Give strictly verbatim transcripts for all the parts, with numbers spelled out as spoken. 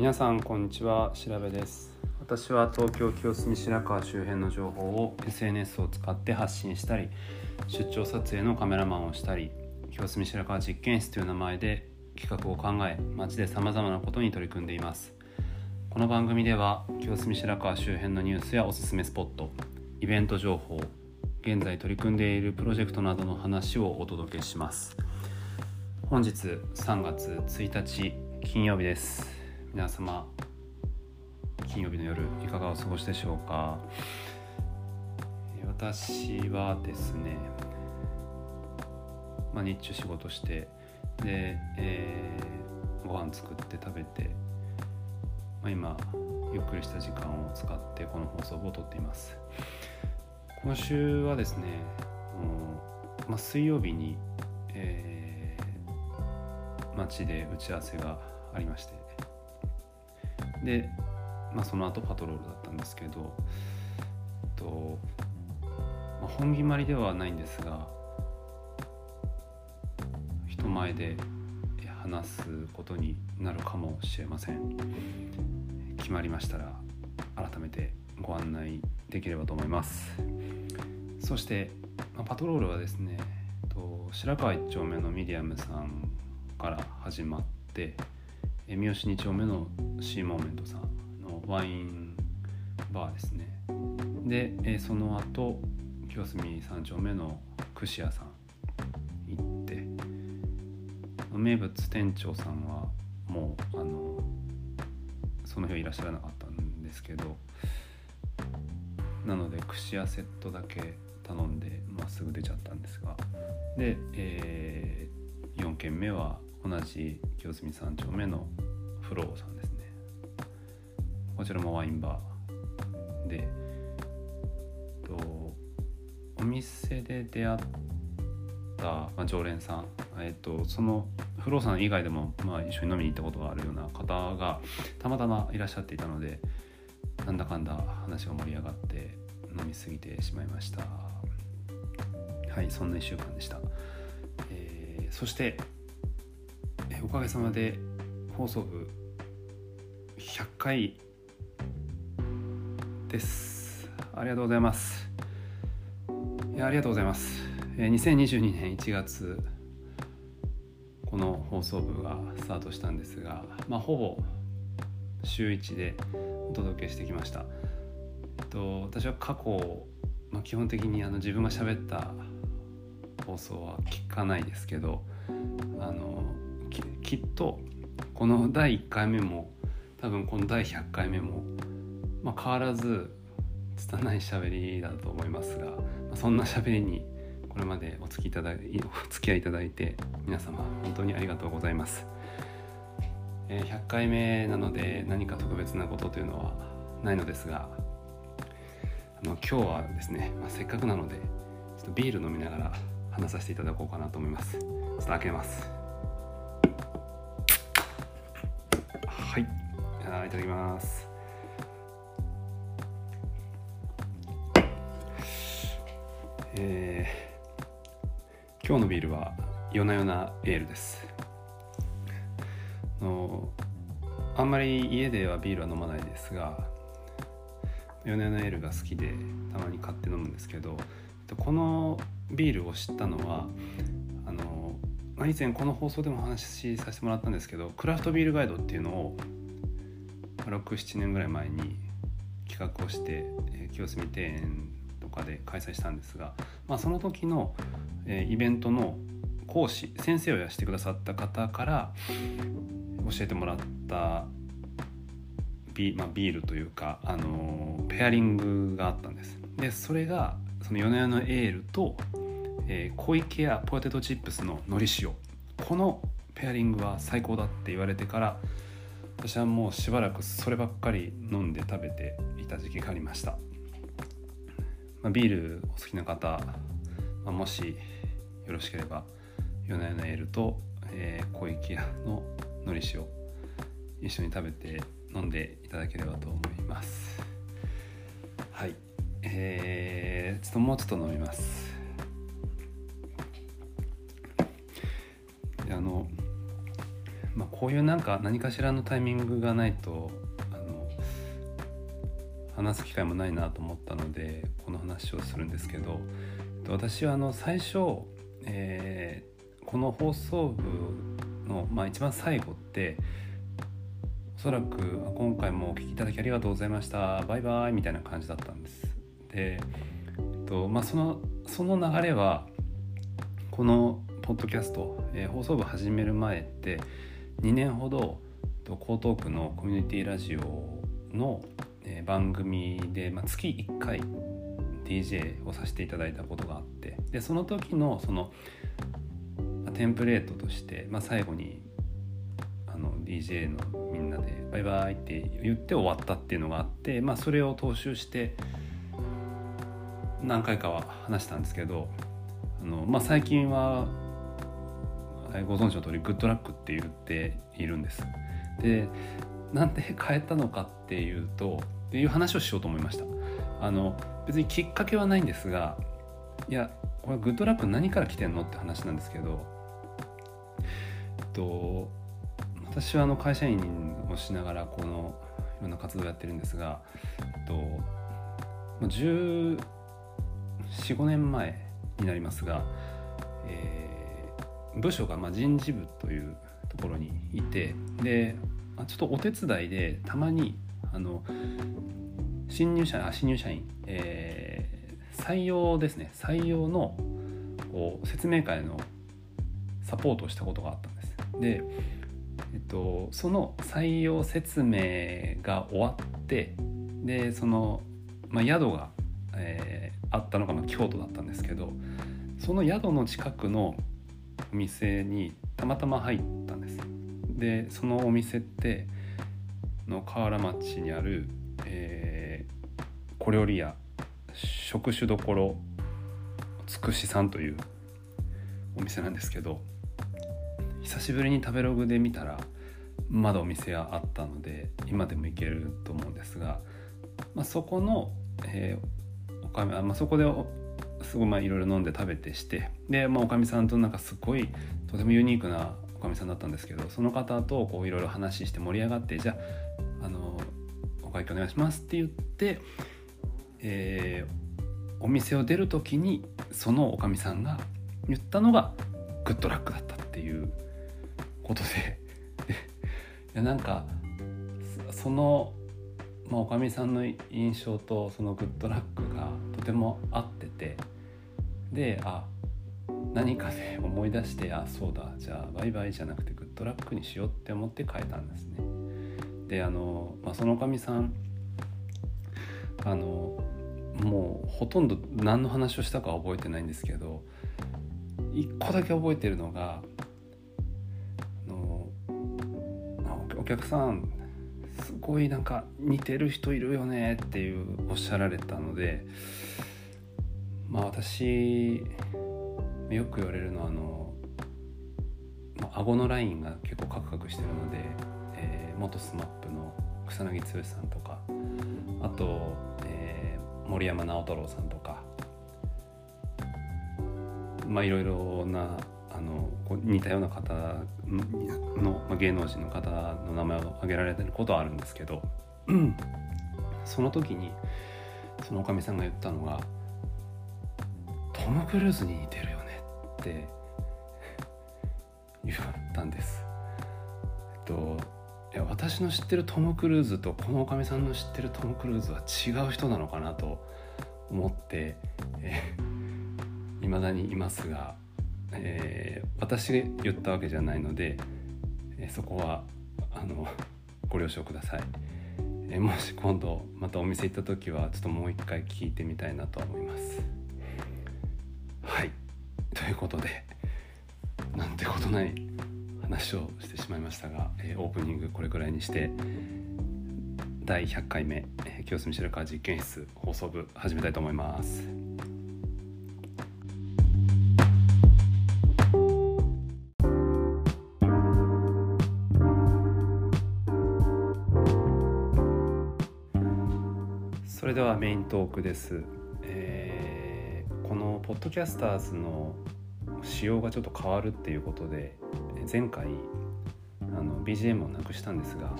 皆さんこんにちは、調べです。私は東京清澄白河周辺の情報を エスエヌエス を使って発信したり、出張撮影のカメラマンをしたり、清澄白河実験室という名前で企画を考え、街でさまざまなことに取り組んでいます。この番組では清澄白河周辺のニュースやおすすめスポット、イベント情報、現在取り組んでいるプロジェクトなどの話をお届けします。本日さんがつついたち金曜日です。皆様金曜日の夜いかがお過ごしでしょうか。私はですね、まあ、日中仕事してで、えー、ご飯作って食べて、まあ、今ゆっくりした時間を使ってこの放送を撮っています。今週はですね、うんまあ、水曜日に、えー、街で打ち合わせがありまして、で、まあ、その後パトロールだったんですけど、とまあ、本決まりではないんですが、人前で話すことになるかもしれません。決まりましたら改めてご案内できればと思います。そして、まあ、パトロールはですね、と白河一丁目のミディアムさんから始まって、三好二丁目のシーモーメントさんのワインバーですね。で、その後清澄三丁目の串屋さん行って、名物店長さんはもうあのその日はいらっしゃらなかったんですけど、なので串屋セットだけ頼んで、まあ、すぐ出ちゃったんですが、で、えー、よんけんめは同じ清澄三丁目のフローさんですね。こちらもワインバーで、とお店で出会った、まあ、常連さん、えっと、そのフローさん以外でも、まあ、一緒に飲みに行ったことがあるような方がたまたまいらっしゃっていたので、なんだかんだ話が盛り上がって飲み過ぎてしまいました。はい、そんないっしゅうかんでした。えー、そしておかげさまで放送部ひゃっかいです。ありがとうございます。いやありがとうございます。にせんにじゅうにねんいちがつこの放送部がスタートしたんですが、まあ、ほぼ週いちでお届けしてきました。えっと、私は過去、まあ、基本的にあの自分が喋った放送は聞かないですけど、あの き, きっとこのだいいっかいめも多分このだいひゃっかいめも、まあ、変わらず拙い喋りだと思いますが、まあ、そんな喋りにこれまでお付きいただいお付き合いいただいて皆様本当にありがとうございます。えー、ひゃっかいめなので何か特別なことというのはないのですが、あの今日はですね、まあ、せっかくなのでちょっとビール飲みながら話させていただこうかなと思います。ちょっと開けます。はい、いただきます。えー、今日のビールは夜な夜なエールです。のあんまり家ではビールは飲まないですが、夜な夜なエールが好きでたまに買って飲むんですけど、このビールを知ったのはあの以前この放送でも話しさせてもらったんですけど、クラフトビールガイドっていうのをろく、ななねんぐらい前に企画をして、えー、清澄庭園とかで開催したんですが、まあ、その時の、えー、イベントの講師先生をやしてくださった方から教えてもらったビ、まあ、ビールというか、あのー、ペアリングがあったんです。でそれがその夜な夜なエールと、えー、小池屋ポテトチップスの海苔塩、このペアリングは最高だって言われてから、私はもうしばらくそればっかり飲んで食べていた時期がありました。まあ、ビールお好きな方、まあ、もしよろしければ夜な夜なエールと、えー、小池屋の海苔塩一緒に食べて飲んでいただければと思います。はい、えー、ちょっともうちょっと飲みます。であのまあ、こういうなんか何かしらのタイミングがないとあの話す機会もないなと思ったのでこの話をするんですけど、私はあの最初、えー、この放送部の、まあ、一番最後っておそらく今回もお聞きいただきありがとうございましたバイバイみたいな感じだったんです。で、えっとまあ、そのその流れはこのポッドキャスト、えー、放送部始める前ってにねんほど江東区のコミュニティラジオの、えー、番組で、まあ、月いっかい ディージェー をさせていただいたことがあって、でその時のその、まあ、テンプレートとして、まあ、最後にあの ディージェー のみんなでバイバイって言って終わったっていうのがあって、まあ、それを踏襲して何回かは話したんですけど、あの、まあ、最近はご存知の通りグッドラックって言っているんです。で、なんで変えたのかっていうとっていう話をしようと思いました。あの別にきっかけはないんですが、いやこれグッドラック何から来てんのって話なんですけど、えっと私はあの会社員をしながらこのいろんな活動をやってるんですが、えっとじゅうよん、ごねんまえになりますが、えー、部署がまあ人事部というところにいて、でちょっとお手伝いでたまにあの新入社員、あ新入社員、えー、採用ですね採用のこう説明会のサポートをしたことがあったんです。で、えっと、その採用説明が終わって、でその、まあ、宿が、えー、あったのがまあ京都だったんですけど、その宿の近くのお店にたまたま入ったんです。でそのお店っての河原町にある、えー、小料理屋食酒どころつくしさんというお店なんですけど、久しぶりに食べログで見たらまだお店があったので今でも行けると思うんですが、まあ、そこの、えー、おかみ、まあ、そこですごいまあいろいろ飲んで食べてして、で、まあ、おかみさんとなんかすごいとてもユニークなおかみさんだったんですけど、その方とこういろいろ話して盛り上がって、じゃあ、あのお会計お願いしますって言って、えー、お店を出る時にそのおかみさんが言ったのがグッドラックだったっていうことでいやなんかその、まあ、おかみさんの印象とそのグッドラックがとても合ってて、であ何かで思い出して、あそうだじゃあバイバイじゃなくてグッドラックにしようって思って変えたんですね。であの、まあ、そのおかみさんあのもうほとんど何の話をしたかは覚えてないんですけど、一個だけ覚えてるのが、あのお客さんすごいなんか似てる人いるよねっていうおっしゃられたので、まあ私よく言われるのはあの顎のラインが結構カクカクしてるので、えー、元スマップの草薙剛さんとか、あと、えー、森山直太朗さんとか、まあいろいろなあの似たような方の、まあ、芸能人の方の名前を挙げられてることはあるんですけど、うん、その時にそのおかみさんが言ったのがトム・クルーズに似てるよねって言ったんです。えっといや私の知ってるトム・クルーズとこのおかみさんの知ってるトム・クルーズは違う人なのかなと思って、えー、未だにいますが、えー、私が言ったわけじゃないので、えー、そこはあのご了承ください。えー、もし今度またお店行った時はちょっともう一回聞いてみたいなと思います。はい、ということでなんてことない話をしてしまいましたが、えー、オープニングこれくらいにしてだいひゃっかいめ、えー、清澄白河実験室放送部始めたいと思います。それではメイントークです。えー、このポッドキャスターズの仕様がちょっと変わるっていうことで、前回ああの ビージーエム をなくしたんですが、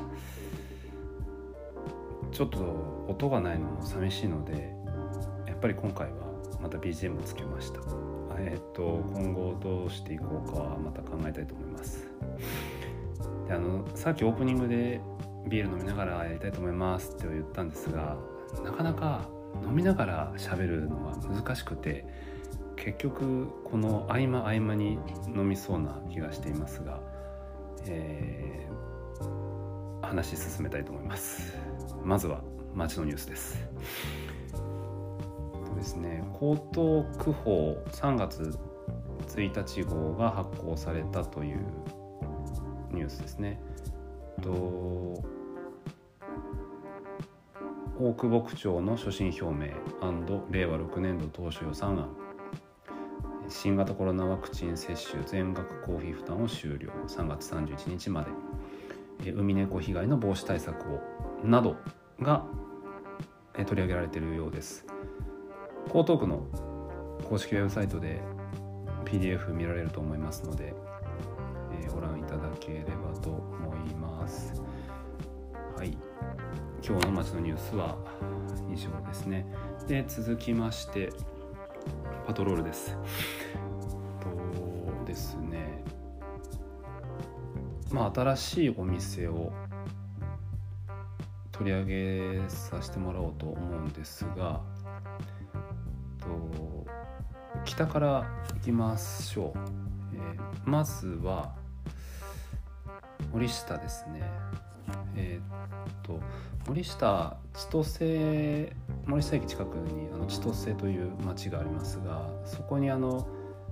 ちょっと音がないのも寂しいので、やっぱり今回はまた ビージーエム をつけました。えっと今後どうしていこうかはまた考えたいと思います。であのさっきオープニングでビール飲みながらやりたいと思いますって言ったんですが、なかなか飲みながら喋るのは難しくて、結局この合間合間に飲みそうな気がしていますが、えー、話進めたいと思います。まずは街のニュースです。とですね、江東区法さんがつついたち号が発行されたというニュースですね。と大久保区長の所信表明&れいわろくねんど当初予算案、新型コロナワクチン接種全額公費負担を終了、さんがつさんじゅういちにちまで、ウミネコ被害の防止対策をなどが取り上げられているようです。江東区の公式ウェブサイトで ピーディーエフ 見られると思いますので、えー、ご覧いただければと思います。はい、今日の街のニュースは以上ですね。で、続きましてパトロールです。とですね、まあ新しいお店を取り上げさせてもらおうと思うんですが、と北から行きましょう。えー、まずは森下ですね。えー、っと森下千歳森下駅近くにあの千歳という町がありますが、そこにあの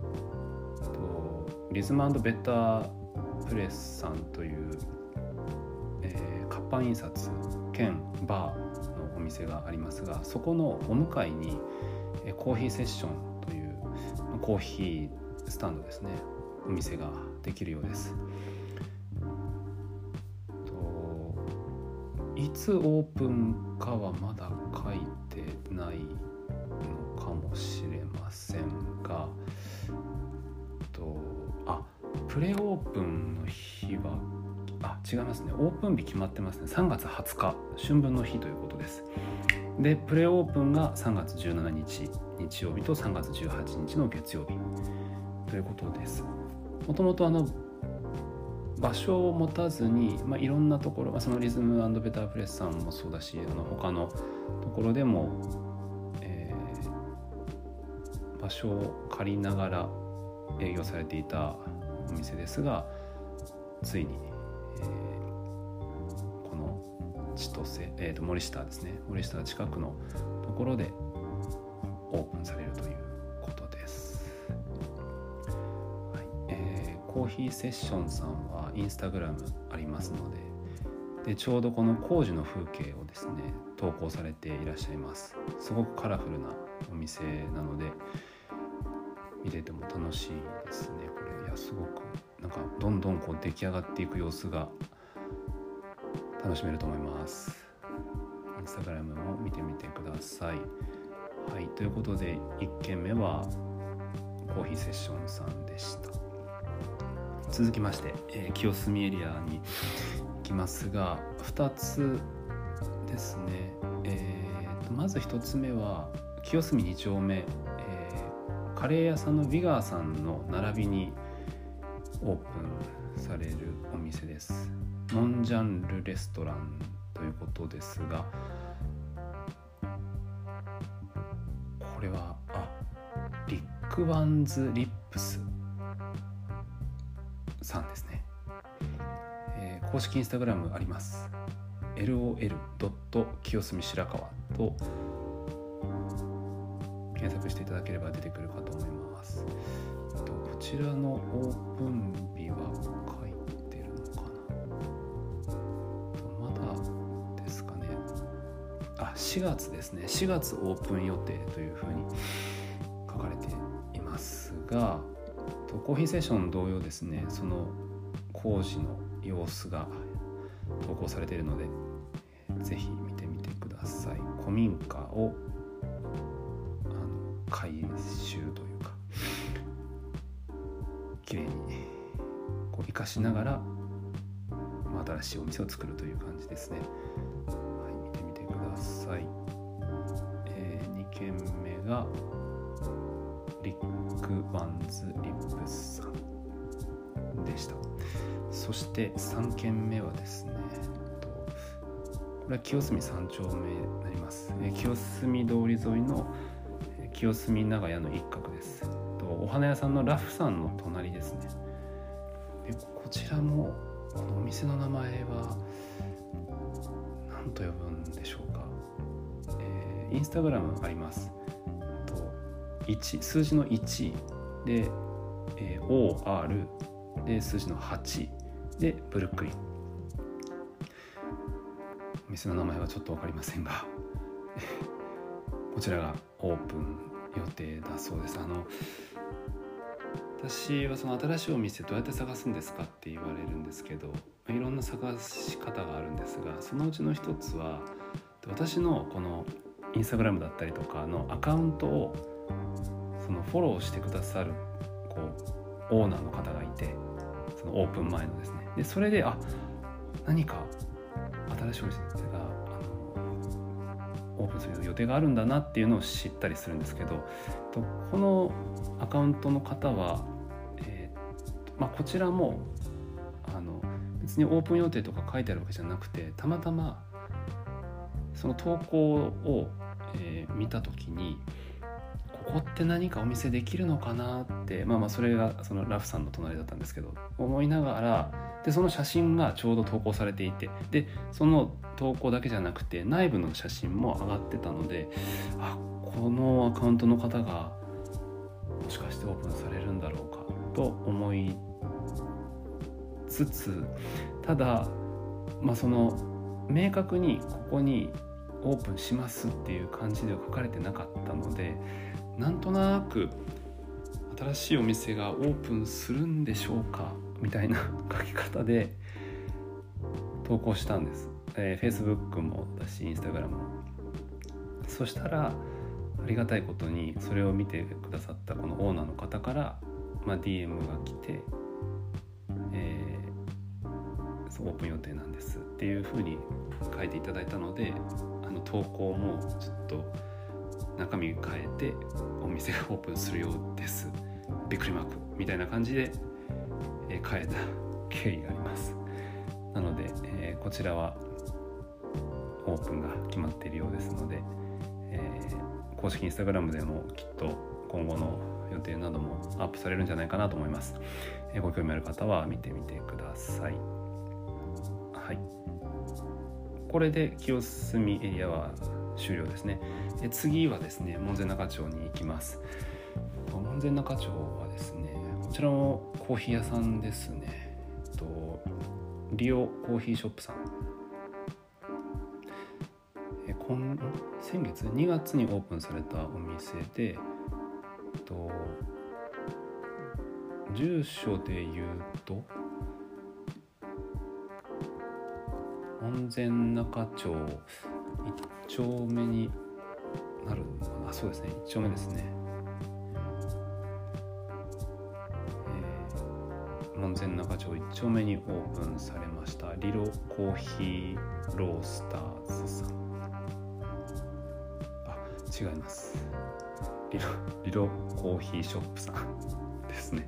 とリズム&ベタープレスさんという、えー、活版印刷兼バーのお店がありますが、そこのお向かいに、えー、コーヒーセッションというコーヒースタンドですね、お店ができるようです。いつオープンかはまだ書いてないのかもしれませんが、とあプレオープンの日はあ違いますね、オープン日決まってますね。さんがつはつか春分の日ということです。でプレオープンがさんがつじゅうしちにち日曜日とさんがつじゅうはちにちの月曜日ということです。もともとあの場所を持たずに、まあ、いろんなところ、まあ、そのリズム&ベタープレスさんもそうだし、あの他のところでも、えー、場所を借りながら営業されていたお店ですが、ついに、えー、この千歳、えー、と森下ですね、森下近くのところでオープンされるということです。コーヒーセッションさんはインスタグラムありますので、でちょうどこの工事の風景をですね投稿されていらっしゃいます。すごくカラフルなお店なので見てても楽しいですね。これいやすごくなんかどんどんこう出来上がっていく様子が楽しめると思います。インスタグラムも見てみてください。はい、ということでいっけんめはコーヒーセッションさんでした。続きまして、えー、清澄エリアに行きますが、ふたつですね。えー、とまずひとつめは清澄にちょうめ、えー、カレー屋さんのヴィガーさんの並びにオープンされるお店です。ノンジャンルレストランということですが、これはあリックワンズリップスさんですね。えー、公式インスタグラムあります。エルオーエル 清澄白河と検索していただければ出てくるかと思います。とこちらのオープン日は書いてるのかな。まだですかね。あ、しがつですね。しがつオープン予定というふうに書かれていますが、コーヒーセッション同様ですね、その工事の様子が投稿されているので、ぜひ見てみてください。古民家をあの改修というか綺麗にこう生かしながら新しいお店を作るという感じですね。はい、見てみてください。えー、にけんめがリック・ワンズ・リップスさんでした。そしてさんけんめはですね、これは清澄さん丁目になります。清澄通り沿いの清澄長屋の一角です。お花屋さんのラフさんの隣ですね。でこちらもこのお店の名前は何と呼ぶんでしょうか。えー、インスタグラムあります。といち数字のいちで、えー、オーアール で数字のはちでブルックリン。お店の名前はちょっと分かりませんがこちらがオープン予定だそうです。あの私はその新しいお店どうやって探すんですかって言われるんですけど、いろんな探し方があるんですが、そのうちの一つは私のこのインスタグラムだったりとかのアカウントをそのフォローしてくださるこうオーナーの方がいて、そのオープン前のですね、でそれであ何か新しいお店がオープンする予定があるんだなっていうのを知ったりするんですけど、このアカウントの方は、えーまあ、こちらもあの別にオープン予定とか書いてあるわけじゃなくて、たまたまその投稿を、えー、見た時にここって何かお店できるのかなって、まあまあそれがそのラフさんの隣だったんですけど思いながら、でその写真がちょうど投稿されていて、でその投稿だけじゃなくて内部の写真も上がってたので、あこのアカウントの方がもしかしてオープンされるんだろうかと思いつつ、ただまあその明確にここにオープンしますっていう感じでは書かれてなかったので、なんとなく新しいお店がオープンするんでしょうかみたいな書き方で投稿したんです、えー、Facebook もだし Instagram も。そしたらありがたいことにそれを見てくださったこのオーナーの方から、まあ、ディーエム が来て、えー、そうオープン予定なんですっていう風に書いていただいたので、あの投稿もちょっと中身変えてお店がオープンするようですびっくりマークみたいな感じで、えー、変えた経緯があります。なので、えー、こちらはオープンが決まっているようですので、えー、公式インスタグラムでもきっと今後の予定などもアップされるんじゃないかなと思います。えー、ご興味ある方は見てみてください。はい、これで清澄エリアは終了ですね。え次はですね門前仲町に行きます。門前仲町はですねこちらもコーヒー屋さんですね。とリオコーヒーショップさん、え今先月にがつにオープンされたお店で、と住所で言うと門前仲町いち丁目になるのかな。そうですね、いち丁目ですね。えー、門前仲町いち丁目にオープンされましたリロコーヒーロースターズさん。あ、違います。リロ、リロコーヒーショップさんですね。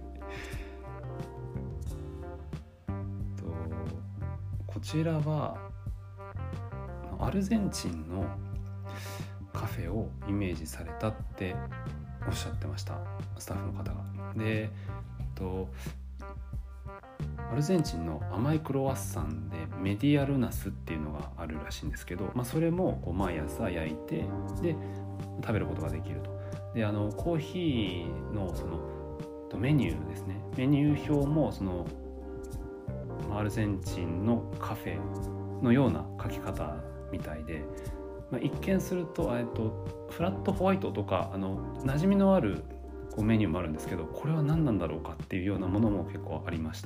とこちらはアルゼンチンのカフェをイメージされたっておっしゃってました、スタッフの方が。で、とアルゼンチンの甘いクロワッサンでメディアルナスっていうのがあるらしいんですけど、まあ、それもこう毎朝焼いてで食べることができると。で、あのコーヒーのそのメニューですね、メニュー表もそのアルゼンチンのカフェのような書き方みたいで、まあ、一見すると、えっと、フラットホワイトとかあの馴染みのあるこうメニューもあるんですけど、これは何なんだろうかっていうようなものも結構ありました。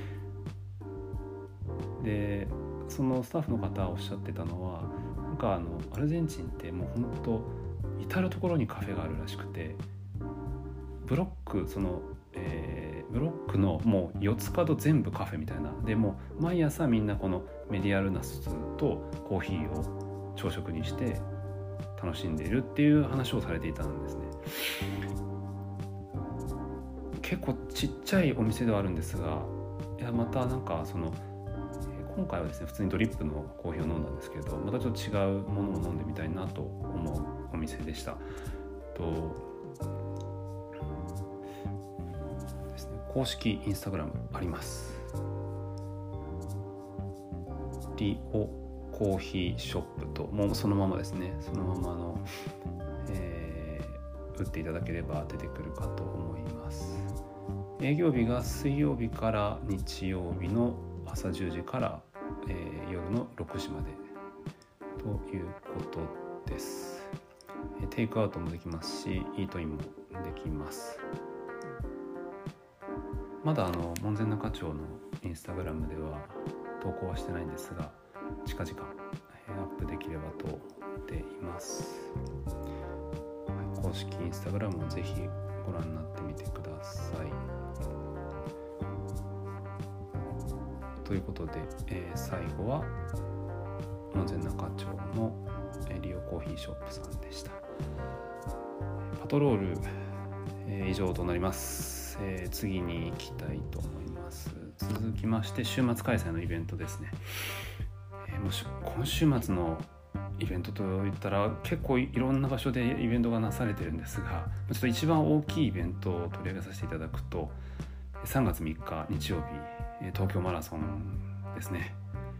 で、そのスタッフの方がおっしゃってたのは、なんかあのアルゼンチンってもう本当至る所にカフェがあるらしくて、ブロックその、えー、 ブロックのもうよつ角全部カフェみたいなで、もう毎朝みんなこのメディアルナスとコーヒーを朝食にして楽しんでいるっていう話をされていたんですね。結構ちっちゃいお店ではあるんですが、いやまたなんかその今回はですね普通にドリップのコーヒーを飲んだんですけど、またちょっと違うものを飲んでみたいなと思うお店でした。とですね、公式インスタグラムあります。リオコーヒーショップと、もうそのままですね、そのままの、えー、打っていただければ出てくるかと思います。営業日が水曜日から日曜日の朝じゅうじから、えー、夜のろくじまでということです。テイクアウトもできますし、イートインもできます。まだあの門前仲町のインスタグラムでは投稿はしてないんですが、近々アップできればと思っています。はい、公式インスタグラムをぜひご覧になってみてください。ということで、えー、最後は門前仲町のリオコーヒーショップさんでした。パトロール、えー、以上となります。えー、次に行きたいと思います。続きまして週末開催のイベントですね。えー、もし今週末のイベントといったら結構いろんな場所でイベントがなされてるんですが、ちょっと一番大きいイベントを取り上げさせていただくと、さんがつみっか日曜日、東京マラソンですね。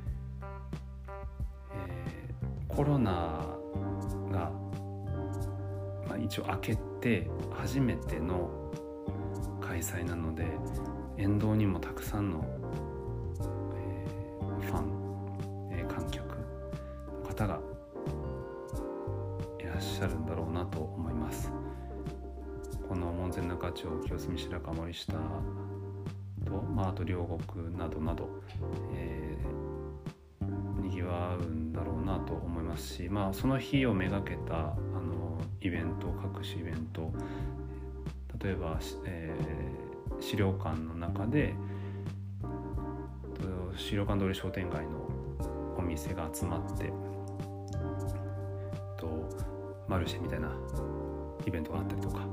えー、コロナが、まあ、一応明けて初めての開催なので、沿道にもたくさんの、えー、ファン、えー、観客の方がいらっしゃるんだろうなと思います。この門前仲町、清澄白河森下と、まあ、あと両国などなど、えー、にぎわうんだろうなと思いますし、まあ、その日をめがけたあのイベント、各種イベント、例えば、えー、資料館の中で資料館通り商店街のお店が集まってとマルシェみたいなイベントがあったりとか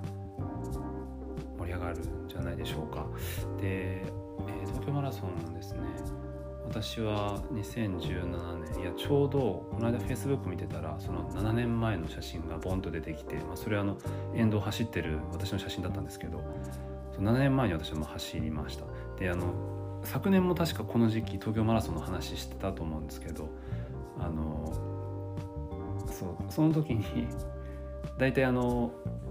盛り上がるんじゃないでしょうか。で、えー、東京マラソンですね、私はにせんじゅうななねん、いやちょうどこの間 Facebook 見てたらそのななねんまえの写真がボンと出てきて、まあ、それはあの沿道を走ってる私の写真だったんですけど、そのななねんまえに私はもう走りました。で、あの昨年も確かこの時期東京マラソンの話してたと思うんですけど、あのそうその時に大体あの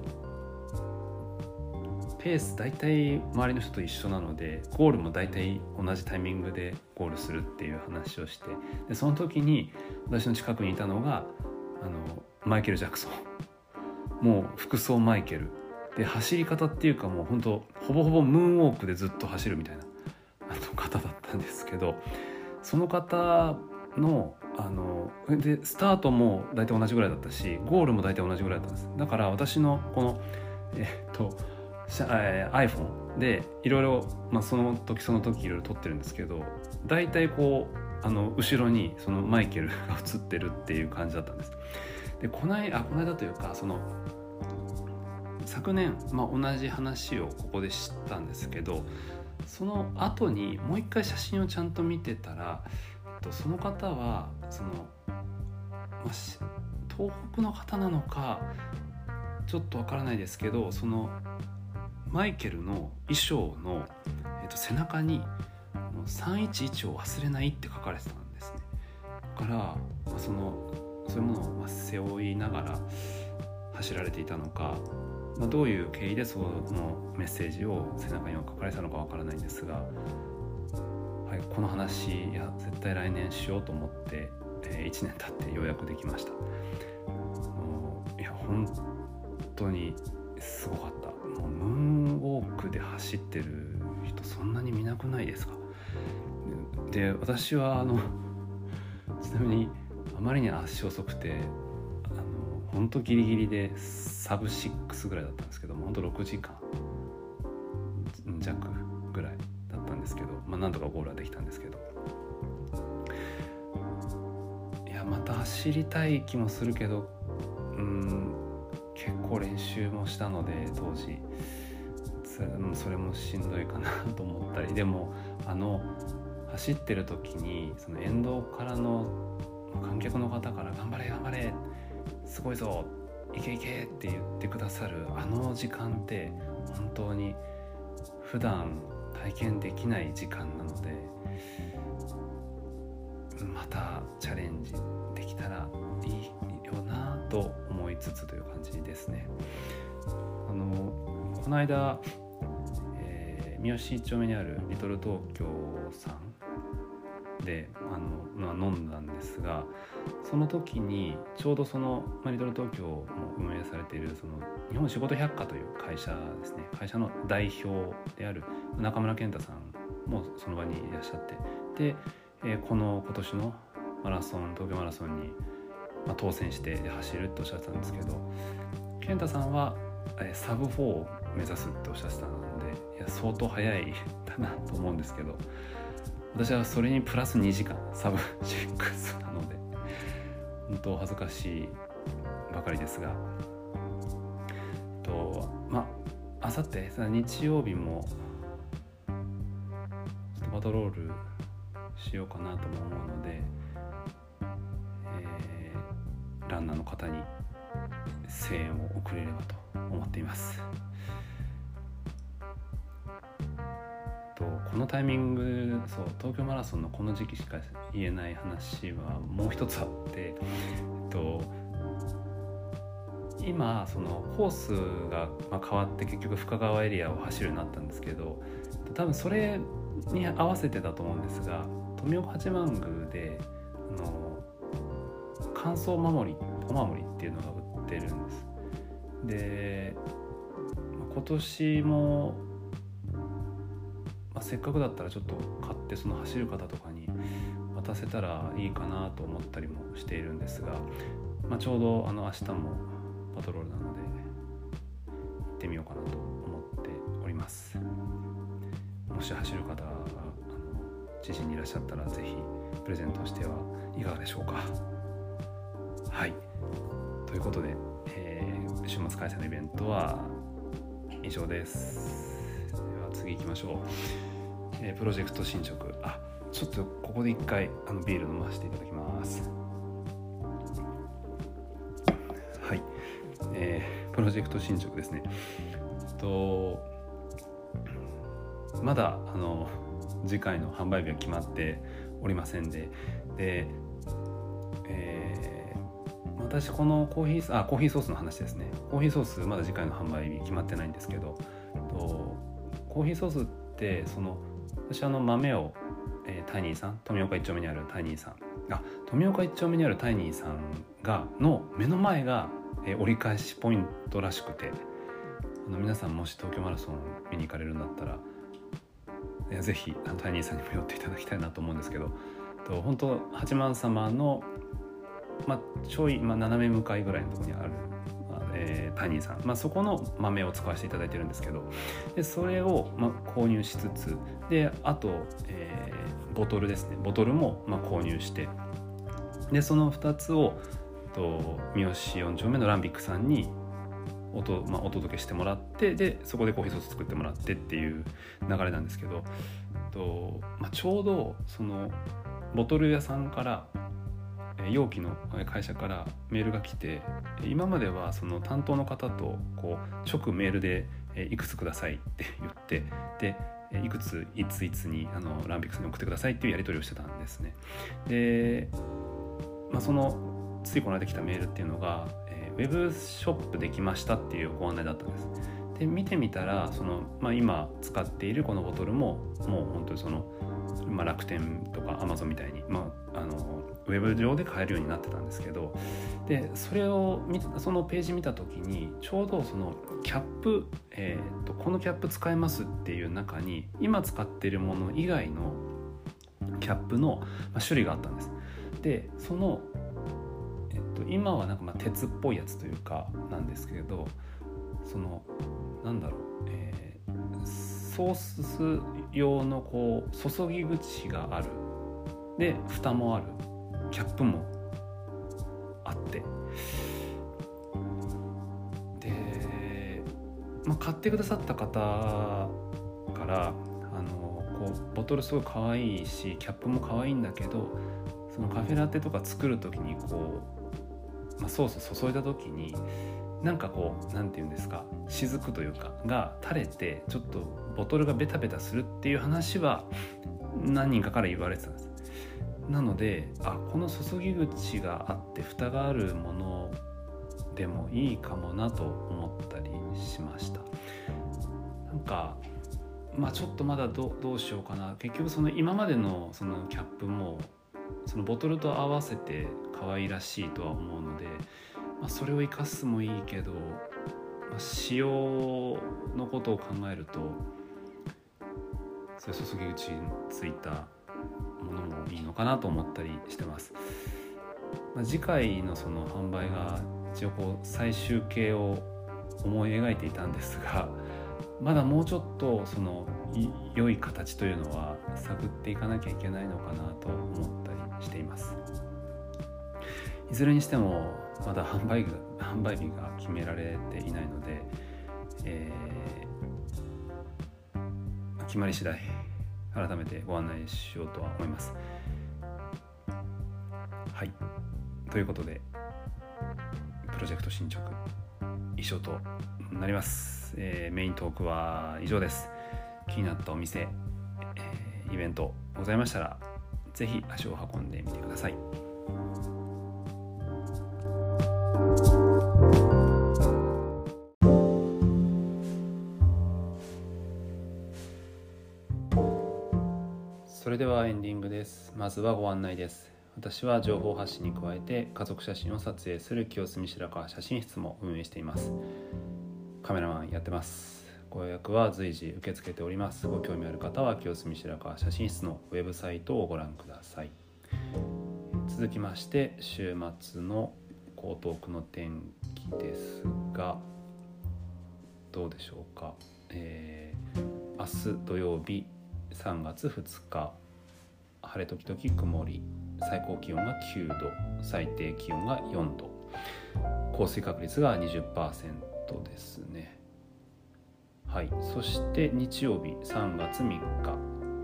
ペース大体周りの人と一緒なので、ゴールも大体同じタイミングでゴールするっていう話をして、でその時に私の近くにいたのがあのマイケル・ジャクソン、もう服装マイケルで、走り方っていうかもう本当ほぼほぼムーンウォークでずっと走るみたいなあの方だったんですけど、その方のあのでスタートも大体同じぐらいだったし、ゴールも大体同じぐらいだったんです。だから私のこのえっとえー、iPhone でいろいろ、まあ、その時その時いろいろ撮ってるんですけど、大体こうあの後ろにそのマイケルが映ってるっていう感じだったんです。でこないあこの間というかその昨年、まあ、同じ話をここで知ったんですけど、その後にもう一回写真をちゃんと見てたら、その方はその、まあ、東北の方なのかちょっとわからないですけど、そのマイケルの衣装の、えー、と背中にさんいちいちを忘れないって書かれてたんですね。だから、まあ、そのそういうものを背負いながら走られていたのか、まあ、どういう経緯でそのメッセージを背中には書かれてたのかわからないんですが、はい、この話いや絶対来年しようと思って、えー、いちねん経ってようやくできました。いや本当にすごかった。もうムーンウォークで走ってる人そんなに見なくないですか？で、私はあのちなみにあまりに足遅くて、あの本当ギリギリでサブシックスぐらいだったんですけども、本当ろくじかん弱ぐらいだったんですけど、まあ、なんとかゴールはできたんですけど、いやまた走りたい気もするけど、うーん結構練習もしたので当時それもしんどいかなと思ったり、でもあの走ってる時にその沿道からの観客の方から頑張れ頑張れすごいぞいけいけって言ってくださるあの時間って本当に普段体験できない時間なので、またチャレンジできたらいいよなと思いつつという感じですね。あのこの間、えー、三好一丁目にあるリトル東京さんであの、まあ、飲んだんですが、その時にちょうどその、まあ、リトル東京も運営されているその日本仕事百科という会社ですね、会社の代表である中村健太さんもその場にいらっしゃって、で、えー、この今年のマラソン東京マラソンに、まあ、当選して走るっておっしゃってたんですけど、健太さんは、えー、サブフォーを目指すっておっしゃってたので、いや相当早いだなと思うんですけど、私はそれにプラスにじかんサブろくなので本当恥ずかしいばかりですが、とまあさって日曜日もちょっとパトロールしようかなとも思うので、えー、ランナーの方に声援を送れればと思っています。このタイミング、そう東京マラソンのこの時期しか言えない話はもう一つあって、えっと、今そのコースが変わって結局深川エリアを走るようになったんですけど、多分それに合わせてだと思うんですが、富岡八幡宮であの乾燥守りお守りっていうのが売ってるんです。で今年もまあ、せっかくだったらちょっと買ってその走る方とかに渡せたらいいかなと思ったりもしているんですが、まあ、ちょうどあの明日もパトロールなので行ってみようかなと思っております。もし走る方があの知人にいらっしゃったらぜひプレゼントしてはいかがでしょうか。はい、ということで、えー、週末開催のイベントは以上です。では次行きましょう。えー、プロジェクト進捗、あちょっとここで一回あのビール飲ませていただきます。はい、えー、プロジェクト進捗ですね。とまだあの次回の販売日は決まっておりませんで、で、えー、私このコーヒーあコーヒーソースの話ですね。コーヒーソースまだ次回の販売日決まってないんですけど、とコーヒーソースってその私あの豆を、えー、タイニーさん富岡一丁目にあるタイニーさんあ富岡一丁目にあるタイニーさんがの目の前が、えー、折り返しポイントらしくて、あの皆さんもし東京マラソン見に行かれるんだったらいやぜひあのタイニーさんにも寄っていただきたいなと思うんですけど、と本当八幡様の、まあ、ちょい、まあ、斜め向かいぐらいのところにあるえー、タイニーさん、まあ、そこの豆を使わせていただいてるんですけど、でそれをまあ購入しつつで、あと、えー、ボトルですねボトルもまあ購入して、でそのふたつをと三好よん丁目のランビックさんにおと、まあ、お届けしてもらって、でそこでコーヒーソース作ってもらってっていう流れなんですけど、と、まあ、ちょうどそのボトル屋さんから容器の会社からメールが来て、今まではその担当の方とこう直メールでいくつくださいって言って、でいくついついつにあのランビックスに送ってくださいっていうやり取りをしてたんですね。で、まあ、そのついこの間来たメールっていうのが、えー、ウェブショップできましたっていうご案内だったんです。で見てみたらその、まあ、今使っているこのボトルももう本当にその、まあ、楽天とかアマゾンみたいに、まあ、あのウェブ上で買えるようになってたんですけど、でそれを見そのページ見た時にちょうどそのキャップ、えー、とこのキャップ使えますっていう中に今使っているもの以外のキャップの種類があったんです。でその、えー、と今はなんかまあ鉄っぽいやつというかなんですけど、そのなんだろう、えー、 ソース用のこう注ぎ口がある、で蓋もある、キャップもあって、で、まあ、買ってくださった方からあのこうボトルすごい可愛いしキャップも可愛いんだけど、そのカフェラテとか作る時にこう、まあ、ソース注いだ時になんかこうなんていうんですか、雫というかが垂れてちょっとボトルがベタベタするっていう話は何人かから言われてたんです。なので、あ、この注ぎ口があって蓋があるものでもいいかもなと思ったりしました。なんかまあちょっとまだ ど, どうしようかな。結局その今までのそのキャップもそのボトルと合わせて可愛らしいとは思うので、まあ、それを生かすもいいけど、まあ、使用のことを考えるとそういう注ぎ口についたものもいいのかなと思ったりしてます。まあ、次回のその販売が一応こう最終形を思い描いていたんですが、まだもうちょっとその良い形というのは探っていかなきゃいけないのかなと思ったりしています。いずれにしてもまだ販売日が、販売日が決められていないので、えー、決まり次第改めてご案内しようとは思います。はい、ということでプロジェクト進捗以上となります。えー、メイントークは以上です。気になったお店、えー、イベントございましたらぜひ足を運んでみてください。それではエンディングです。まずはご案内です。私は情報発信に加えて家族写真を撮影する清澄白河写真室も運営しています。カメラマンやってます。ご予約は随時受け付けております。ご興味ある方は清澄白河写真室のウェブサイトをご覧ください。続きまして週末の江東区の天気ですがどうでしょうか。えー、明日土曜日さんがつふつか晴れ時々曇り、最高気温がきゅうど、最低気温がよんど、降水確率が にじゅっパーセント ですね。はい、そして日曜日さんがつみっか、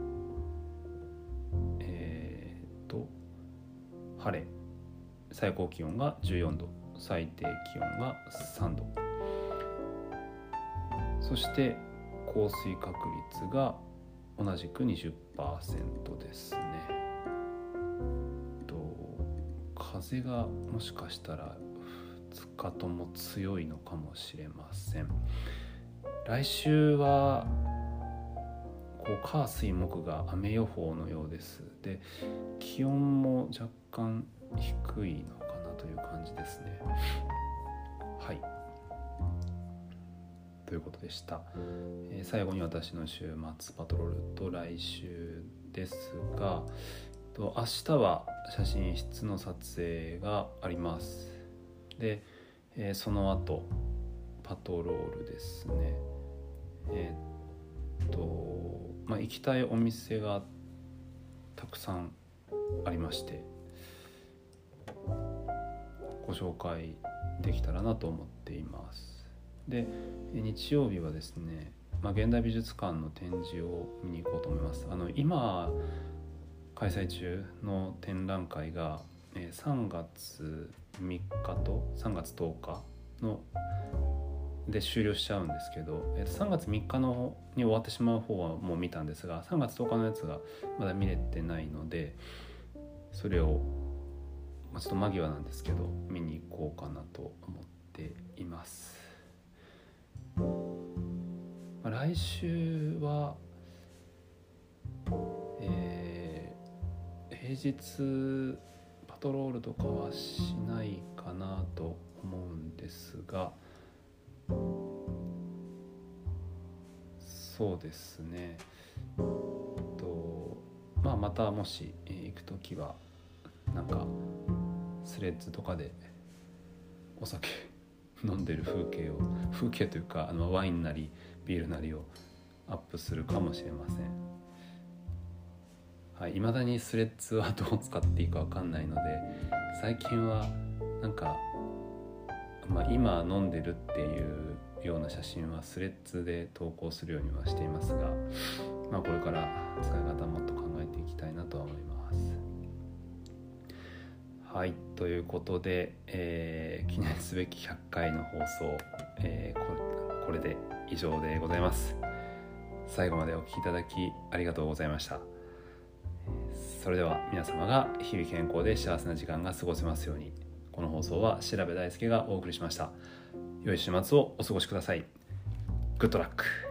えー、と晴れ、最高気温がじゅうよんど、最低気温がさんど、そして降水確率が同じく にじゅっパーセント ですね。と風がもしかしたらふつかとも強いのかもしれません。来週はこう火水木が雨予報のようです。で気温も若干低いのかなという感じですね。はい、ということでした。えー、最後に私の週末パトロールと来週ですが、と明日は写真室の撮影があります。で、えー、その後パトロールですね。えー、っとまあ行きたいお店がたくさんありまして、ご紹介できたらなと思っています。で日曜日はですね、まあ、現代美術館の展示を見に行こうと思います。あの今開催中の展覧会がさんがつみっかとさんがつとおかので終了しちゃうんですけど、さんがつみっかのに終わってしまう方はもう見たんですが、さんがつとおかのやつがまだ見れてないので、それをちょっと間際なんですけど見に行こうかなと思っています。来週は、えー、平日パトロールとかはしないかなと思うんですが、そうですね、と、まあ、またもし行くときはなんかスレッズとかでお酒飲んでる風景を風景というかあのワインなりビールなりをアップするかもしれません。はい、未だにスレッズはどう使っていいか分かんないので、最近はなんか、まあ、今飲んでるっていうような写真はスレッズで投稿するようにはしていますが、まあ、これから使い方もっと考えていきたいなとは思います。はい、ということで、えー、記念すべきひゃっかいの放送、えー、こ, これで以上でございます。最後までお聞きいただきありがとうございました。それでは皆様が日々健康で幸せな時間が過ごせますように。この放送は調べ大輔がお送りしました。良い週末をお過ごしください。グッドラック。